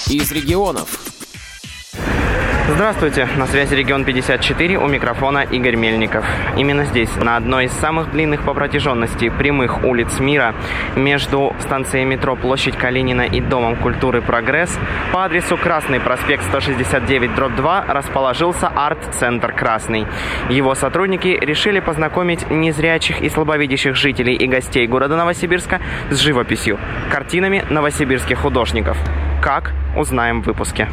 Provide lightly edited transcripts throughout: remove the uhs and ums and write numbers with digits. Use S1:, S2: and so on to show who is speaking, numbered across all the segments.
S1: из регионов.
S2: Здравствуйте, на связи Регион 54, у микрофона Игорь Мельников. Именно здесь, на одной из самых длинных по протяженности прямых улиц мира, между станцией метро Площадь Калинина и Домом культуры «Прогресс», по адресу Красный проспект 169/2 расположился арт-центр «Красный». Его сотрудники решили познакомить незрячих и слабовидящих жителей и гостей города Новосибирска с живописью, картинами новосибирских художников. Как? Узнаем в выпуске.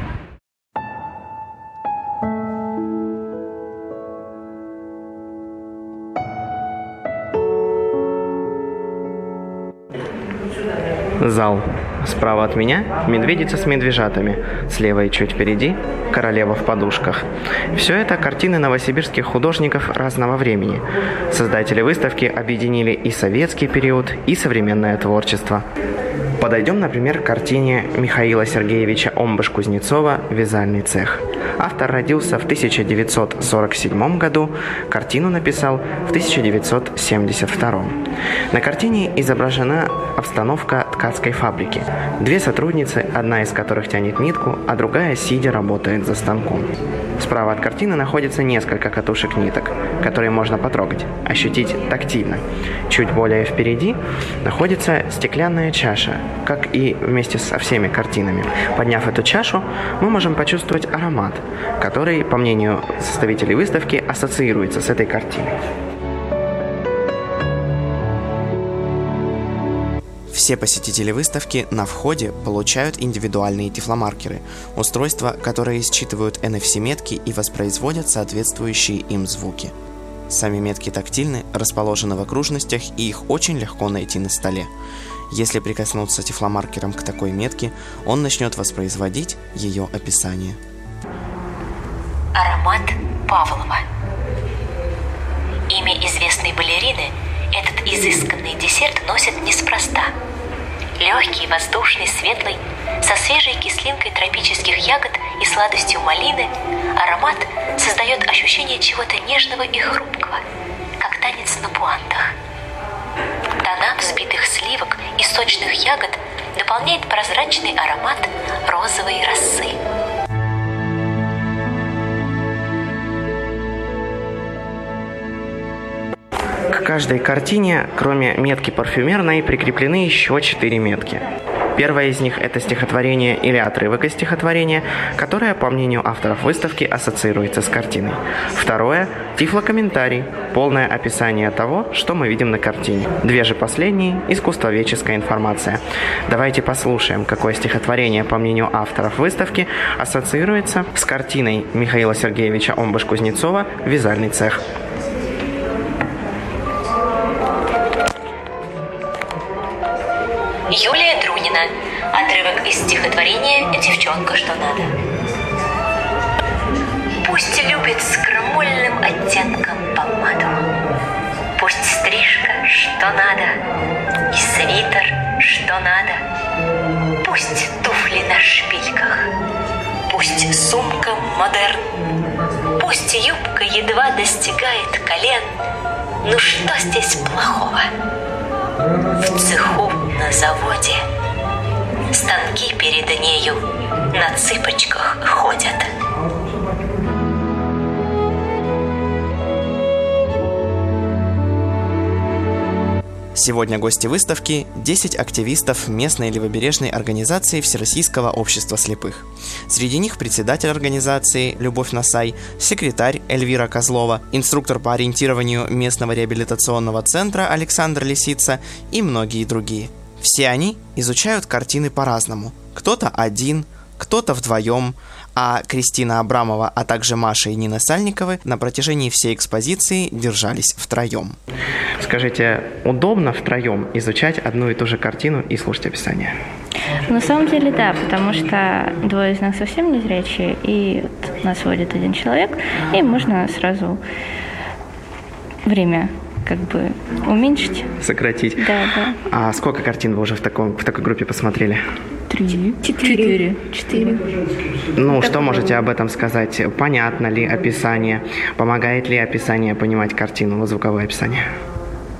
S2: Зал. Справа от меня медведица с медвежатами, слева и чуть впереди королева в подушках. Все это картины новосибирских художников разного времени. Создатели выставки объединили и советский период, и современное творчество. Подойдем, например, к картине Михаила Сергеевича Омбыш-Кузнецова «Вязальный цех». Автор родился в 1947 году, картину написал в 1972. На картине изображена обстановка ткацкой фабрики. Две сотрудницы, одна из которых тянет нитку, а другая, сидя, работает за станком. Справа от картины находится несколько катушек ниток, которые можно потрогать, ощутить тактильно. Чуть более впереди находится стеклянная чаша, как и вместе со всеми картинами. Подняв эту чашу, мы можем почувствовать аромат, который, по мнению составителей выставки, ассоциируется с этой картиной. Все посетители выставки на входе получают индивидуальные тифломаркеры, устройства, которые считывают NFC-метки и воспроизводят соответствующие им звуки. Сами метки тактильны, расположены в окружностях, и их очень легко найти на столе. Если прикоснуться тифломаркером к такой метке, он начнет воспроизводить ее описание.
S3: Аромат Павлова. Имя известной балерины этот изысканный десерт носит неспроста. Легкий, воздушный, светлый, со свежей кислинкой тропических ягод и сладостью малины, аромат создает ощущение чего-то нежного и хрупкого, как танец на пуантах. Тона взбитых сливок и сочных ягод дополняет прозрачный аромат розовой росы.
S2: К каждой картине, кроме метки парфюмерной, прикреплены еще 4 метки. Первая из них – это стихотворение или отрывок из стихотворения, которое, по мнению авторов выставки, ассоциируется с картиной. Второе – тифлокомментарий, полное описание того, что мы видим на картине. Две же последние – искусствоведческая информация. Давайте послушаем, какое стихотворение, по мнению авторов выставки, ассоциируется с картиной Михаила Сергеевича Омбыш-Кузнецова «Вязальный цех».
S3: Юлия Друнина. Отрывок из стихотворения «Девчонка, что надо». Пусть любит с крамольным оттенком помаду, пусть стрижка, что надо, и свитер, что надо, пусть туфли на шпильках, пусть сумка модерн, пусть юбка едва достигает колен. Ну что здесь плохого? В цеху, на заводе станки перед нею на цыпочках ходят.
S2: Сегодня гости выставки – 10 активистов местной левобережной организации Всероссийского общества слепых. Среди них председатель организации Любовь Насай, секретарь Эльвира Козлова, инструктор по ориентированию местного реабилитационного центра Александр Лисица и многие другие. Все они изучают картины по-разному. Кто-то один, кто-то вдвоем, а Кристина Абрамова, а также Маша и Нина Сальниковы на протяжении всей экспозиции держались втроем. Скажите, удобно втроем изучать одну и ту же картину и слушать описание?
S4: На самом деле, да, потому что двое из нас совсем незрячие, и вот нас водит один человек, и можно сразу время как бы уменьшить.
S2: Сократить?
S4: Да, да.
S2: А сколько картин вы уже в такой группе посмотрели?
S4: 3. 4.
S2: Ну, что можете об этом сказать? Понятно ли описание? Помогает ли описание понимать картину, звуковое описание?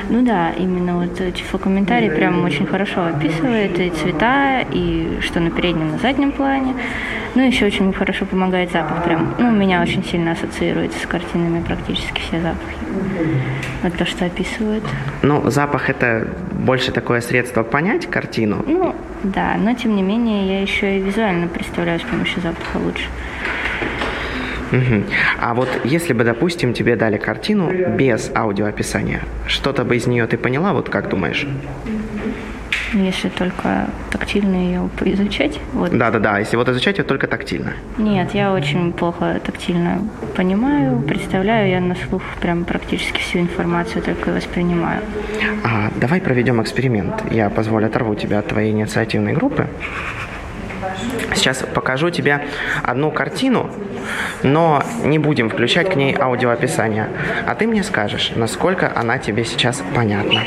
S4: Ну да, именно вот тифлокомментарий прям очень хорошо описывает и цвета, и что на переднем, на заднем плане. Ну, еще очень хорошо помогает запах прям. Ну, у меня очень сильно ассоциируется с картинами практически все запахи. Вот то, что описывают.
S2: Ну, запах – это больше такое средство понять картину?
S4: Ну, да, но тем не менее я еще и визуально представляю с помощью запаха лучше.
S2: Угу. А вот если бы, допустим, тебе дали картину без аудиоописания, что-то бы из нее ты поняла, вот как думаешь?
S4: Если только тактильно ее поизучать. Вот.
S2: Да, если вот изучать ее только тактильно.
S4: Нет, я очень плохо тактильно понимаю, представляю, я на слух прям практически всю информацию только воспринимаю.
S2: Давай проведем эксперимент. Я позволю оторву тебя от твоей инициативной группы. Сейчас покажу тебе одну картину, но не будем включать к ней аудиоописание. А ты мне скажешь, насколько она тебе сейчас понятна.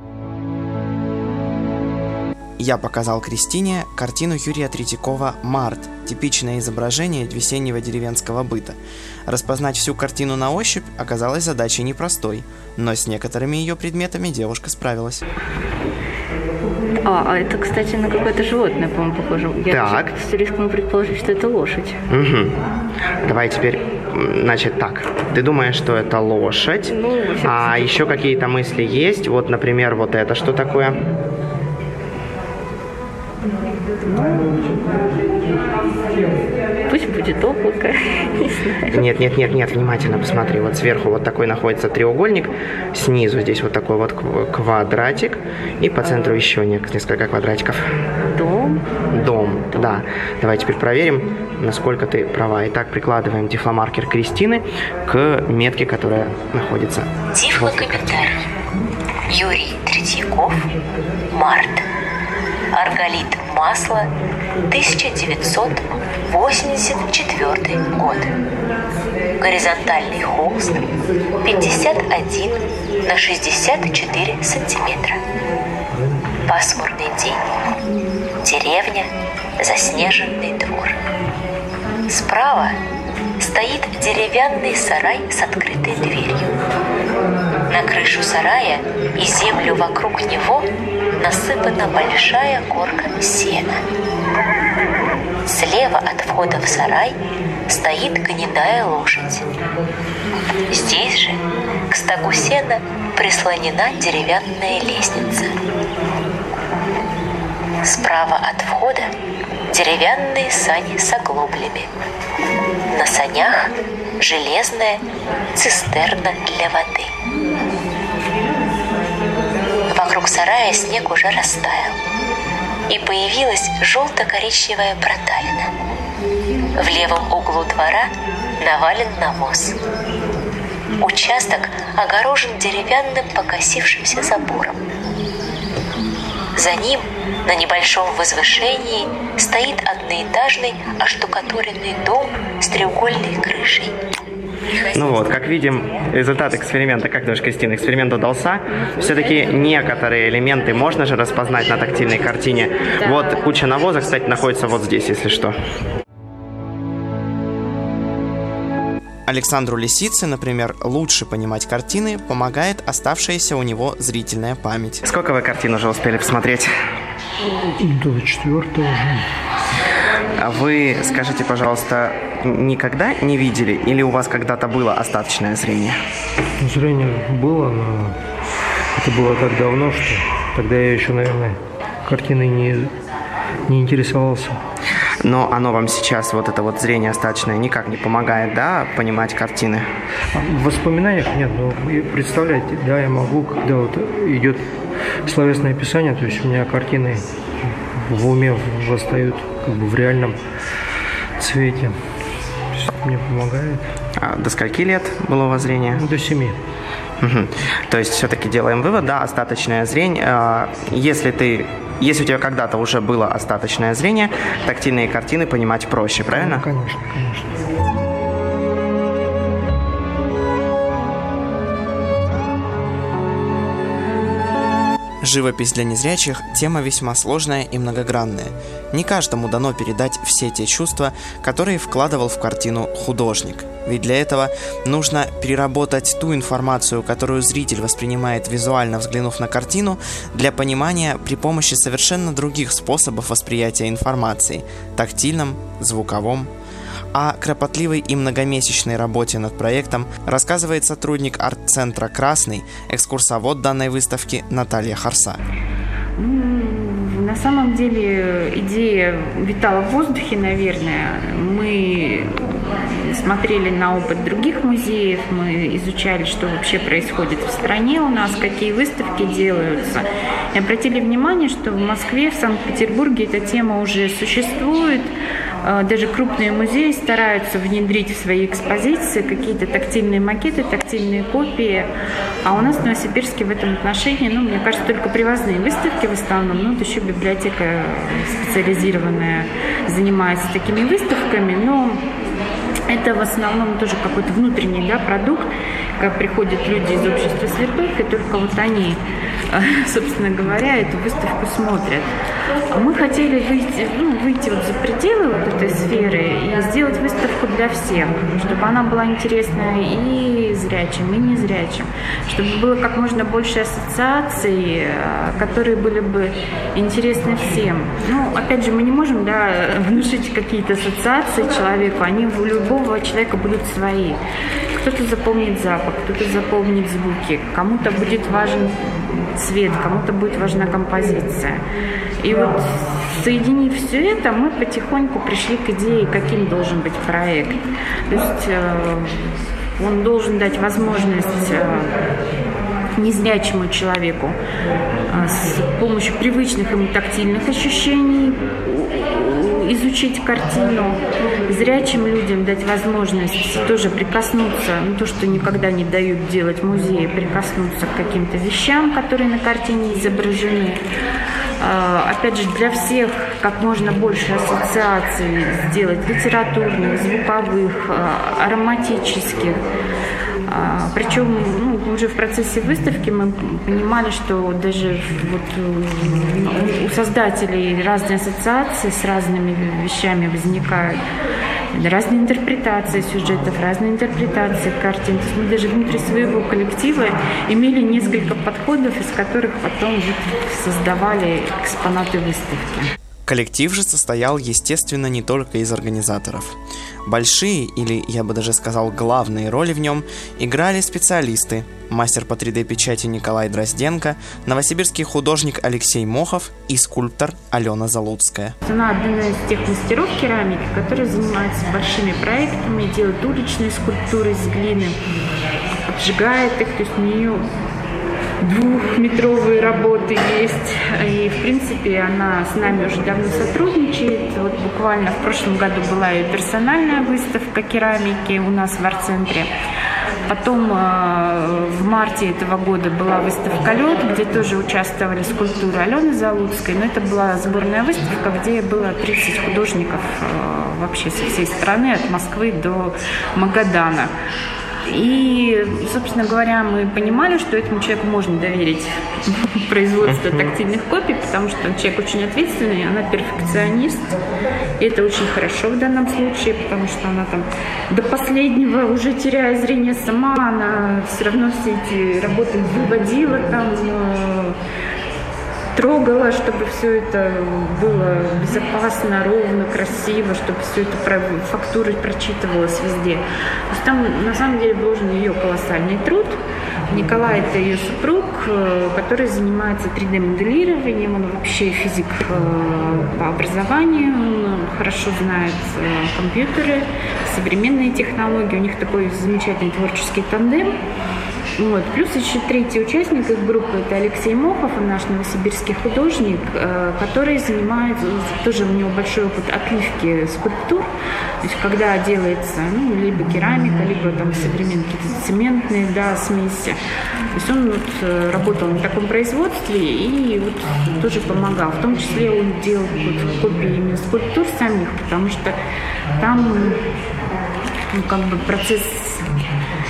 S2: Я показал Кристине картину Юрия Третьякова «Март», типичное изображение весеннего деревенского быта. Распознать всю картину на ощупь оказалось задачей непростой, но с некоторыми ее предметами девушка справилась.
S4: Это, кстати, на какое-то животное, по-моему, похоже. Я рискну предположить, что это лошадь.
S2: Угу. Давай теперь, значит, так. Ты думаешь, что это лошадь? А еще какие-то мысли есть? Вот, например, вот это что такое?
S4: Пусть будет облако.
S2: Нет, внимательно посмотри. Вот сверху вот такой находится треугольник, снизу здесь вот такой вот квадратик, и по центру еще несколько квадратиков.
S4: Дом,
S2: да. Давай теперь проверим, насколько ты права. Итак, прикладываем тифломаркер Кристины к метке, которая находится.
S3: Тифлокомментарий. Юрий Третьяков. Март. Арголит масла. 1984 год. Горизонтальный холст 51 на 64 сантиметра. Пасмурный день. Деревня. Заснеженный двор. Справа стоит деревянный сарай с открытой дверью. На крышу сарая и землю вокруг него насыпана большая горка сена. Слева от входа в сарай стоит гнедая лошадь. Здесь же к стогу сена прислонена деревянная лестница. Справа от входа деревянные сани с оглоблями. На санях железная цистерна для воды. Вокруг сарая снег уже растаял, и появилась желто-коричневая проталина. В левом углу двора навален навоз. Участок огорожен деревянным покосившимся забором. За ним на небольшом возвышении стоит одноэтажный оштукатуренный дом с треугольной крышей.
S2: Ну вот, как видим, результат эксперимента, как думаешь, Кристина, эксперимент удался. Все-таки некоторые элементы можно же распознать на тактильной картине. Да. Вот куча навоза, кстати, находится вот здесь, если что. Александру Лисице, например, лучше понимать картины помогает оставшаяся у него зрительная память. Сколько вы картин уже успели посмотреть?
S1: До 4-го уже.
S2: А вы, скажите, пожалуйста, никогда не видели или у вас когда-то было остаточное зрение?
S1: Зрение было, но это было так давно, что тогда я еще, наверное, картиной не интересовался.
S2: Но оно вам сейчас, вот это вот зрение остаточное, никак не помогает, да, понимать картины?
S1: В воспоминаниях нет, но представляете, да, я могу, когда вот идет словесное описание, то есть у меня картины в уме восстают как бы в реальном цвете. То есть мне помогает.
S2: А до скольки лет было у вас зрение?
S1: До 7.
S2: Угу. То есть все-таки делаем вывод, да, остаточное зрение. Если у тебя когда-то уже было остаточное зрение, тактильные картины понимать проще, правильно?
S1: Ну, конечно.
S2: Живопись для незрячих – тема весьма сложная и многогранная. Не каждому дано передать все те чувства, которые вкладывал в картину художник. Ведь для этого нужно переработать ту информацию, которую зритель воспринимает визуально, взглянув на картину, для понимания при помощи совершенно других способов восприятия информации – тактильном, звуковом. О кропотливой и многомесячной работе над проектом рассказывает сотрудник арт-центра «Красный», экскурсовод данной выставки Наталья Харса.
S5: На самом деле идея витала в воздухе, наверное. Мы смотрели на опыт других музеев, мы изучали, что вообще происходит в стране у нас, какие выставки делаются. И обратили внимание, что в Москве, в Санкт-Петербурге эта тема уже существует. Даже крупные музеи стараются внедрить в свои экспозиции какие-то тактильные макеты, тактильные копии. А у нас в Новосибирске в этом отношении, мне кажется, только привозные выставки в основном. Вот еще библиотека специализированная занимается такими выставками, но это в основном тоже какой-то внутренний продукт, как приходят люди из общества слепых, и только вот они, собственно говоря, эту выставку смотрят. Мы хотели выйти вот за пределы вот этой сферы и сделать выставку для всех, чтобы она была интересна и зрячим, и незрячим, чтобы было как можно больше ассоциаций, которые были бы интересны всем. Опять же, мы не можем внушить какие-то ассоциации человеку, они у любого человека будут свои. Кто-то запомнит запах, кто-то запомнит звуки, кому-то будет важен цвет, кому-то будет важна композиция. И вот, соединив все это, мы потихоньку пришли к идее, каким должен быть проект. То есть он должен дать возможность незрячему человеку с помощью привычных ему тактильных ощущений изучить картину, зрячим людям дать возможность тоже прикоснуться, то, что никогда не дают делать музеи, прикоснуться к каким-то вещам, которые на картине изображены. Опять же, для всех как можно больше ассоциаций сделать, литературных, звуковых, ароматических. Причем уже в процессе выставки мы понимали, что даже у создателей разные ассоциации с разными вещами возникают. Разные интерпретации сюжетов, разные интерпретации картин. То есть мы даже внутри своего коллектива имели несколько подходов, из которых потом создавали экспонаты выставки.
S2: Коллектив же состоял, естественно, не только из организаторов. Большие, или, я бы даже сказал, главные роли в нем играли специалисты. Мастер по 3D-печати Николай Дрозденко, новосибирский художник Алексей Мохов и скульптор Алена Залуцкая.
S5: Она одна из тех мастеров керамики, которые занимаются большими проектами, делают уличные скульптуры из глины, обжигает их, то есть у нее двухметровые работы есть. И, в принципе, она с нами уже давно сотрудничает. Вот буквально в прошлом году была ее персональная выставка керамики у нас в арт-центре. Потом в марте этого года была выставка «Лед», где тоже участвовали скульптуры Алены Залуцкой. Но это была сборная выставка, где было 30 художников вообще со всей страны, от Москвы до Магадана. И, собственно говоря, мы понимали, что этому человеку можно доверить производство тактильных копий, потому что он человек очень ответственный, она перфекционист. И это очень хорошо в данном случае, потому что она там до последнего, уже теряя зрение сама, она все равно все эти работы выводила там, трогала, чтобы все это было безопасно, ровно, красиво, чтобы все это фактуры прочитывалось везде. То есть там на самом деле вложен ее колоссальный труд. Николай – это ее супруг, который занимается 3D-моделированием, он вообще физик по образованию, он хорошо знает компьютеры, современные технологии, у них такой замечательный творческий тандем. Вот. Плюс еще третий участник их группы – это Алексей Мохов, он наш новосибирский художник, который занимается, тоже у него большой опыт отливки скульптур. То есть когда делается либо керамика, либо там современные какие-то цементные смеси. То есть он работал на таком производстве и тоже помогал. В том числе он делал копии именно скульптур самих, потому что там процесс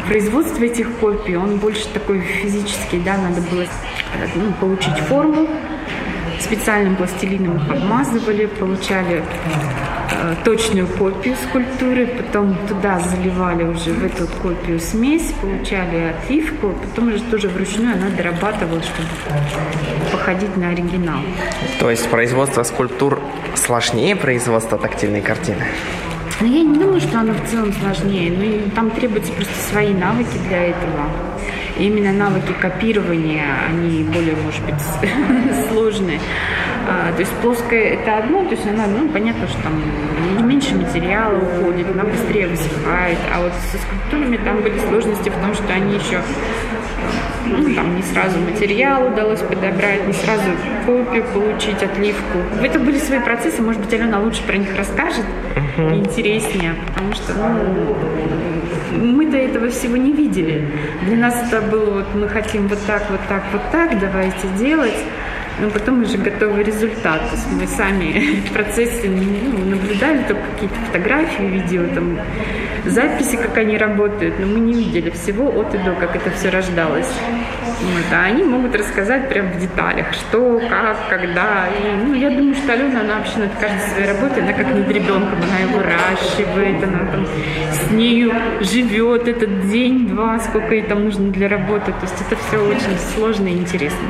S5: производство этих копий, он больше такой физический, да, надо было получить форму, специальным пластилином их обмазывали, получали точную копию скульптуры, потом туда заливали уже в эту копию смесь, получали отливку, потом уже тоже вручную она дорабатывалась, чтобы походить на оригинал.
S2: То есть производство скульптур сложнее производства тактильной картины?
S5: Но я не думаю, что оно в целом сложнее, но там требуются просто свои навыки для этого. И именно навыки копирования, они более, может быть, сложные. То есть плоская – это одно, то есть она, понятно, что там меньше материала уходит, она быстрее высыхает. А вот со скульптурами там были сложности в том, что они еще, там не сразу материал удалось подобрать, не сразу копию получить, отливку. Это были свои процессы, может быть, Алена лучше про них расскажет, интереснее, потому что, мы до этого всего не видели. Для нас это было, мы хотим вот так, давайте делать. Но потом уже готовый результат. То есть мы сами в процессе наблюдали только какие-то фотографии, видео, там, записи, как они работают, но мы не видели всего от и до, как это все рождалось. А они могут рассказать прям в деталях, что, как, когда. И, я думаю, что Алена, она вообще над каждой своей работой, она как над ребенком, она его выращивает, она там с нею живет этот день-два, сколько ей там нужно для работы. То есть это все очень сложно и интересно.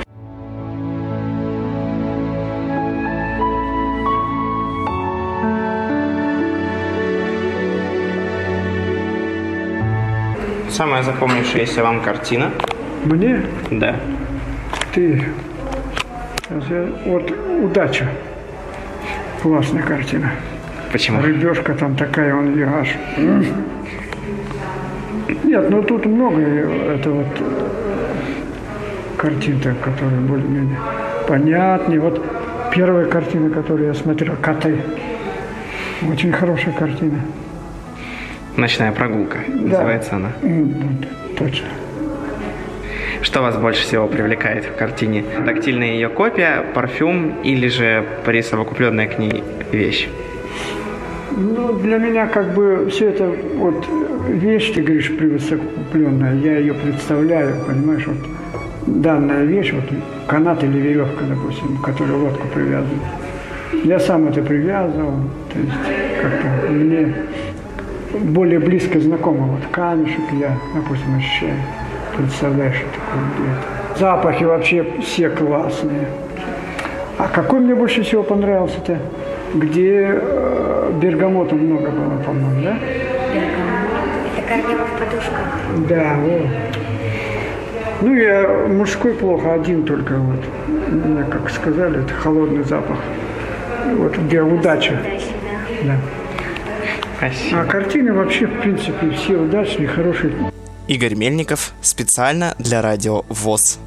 S2: Самая запомнившаяся вам картина?
S6: Мне?
S2: Да.
S6: Вот «Удача». Классная картина.
S2: Почему?
S6: Рыбешка там такая, он ее аж... Нет, тут много это вот картин-то, которые более-менее понятнее. Вот первая картина, которую я смотрел, «Коты». Очень хорошая картина.
S2: «Ночная прогулка», называется она.
S6: Точно.
S2: Что вас больше всего привлекает в картине? Тактильная ее копия, парфюм или же присовокупленная к ней вещь?
S6: Для меня как бы все это вот вещь, ты говоришь, присовокупленная, я ее представляю, понимаешь, вот данная вещь, вот канат или веревка, допустим, которую лодку привязывают. Я сам это привязывал, то есть как-то мне более близко знакомо. Вот камешек я, допустим, ощущаю. Представляешь, что такое где-то. Запахи вообще все классные. А какой мне больше всего понравился-то? Где бергамота много было, по-моему, да?
S3: Это Королева в подушках.
S6: Да, вот. Я мужской плохо, один только вот. Мне, как сказали, это холодный запах. Вот где «Удача». Да.
S2: Спасибо.
S6: А картины вообще, в принципе, все удачные, хорошие.
S7: Игорь Мельников специально для радио ВОС.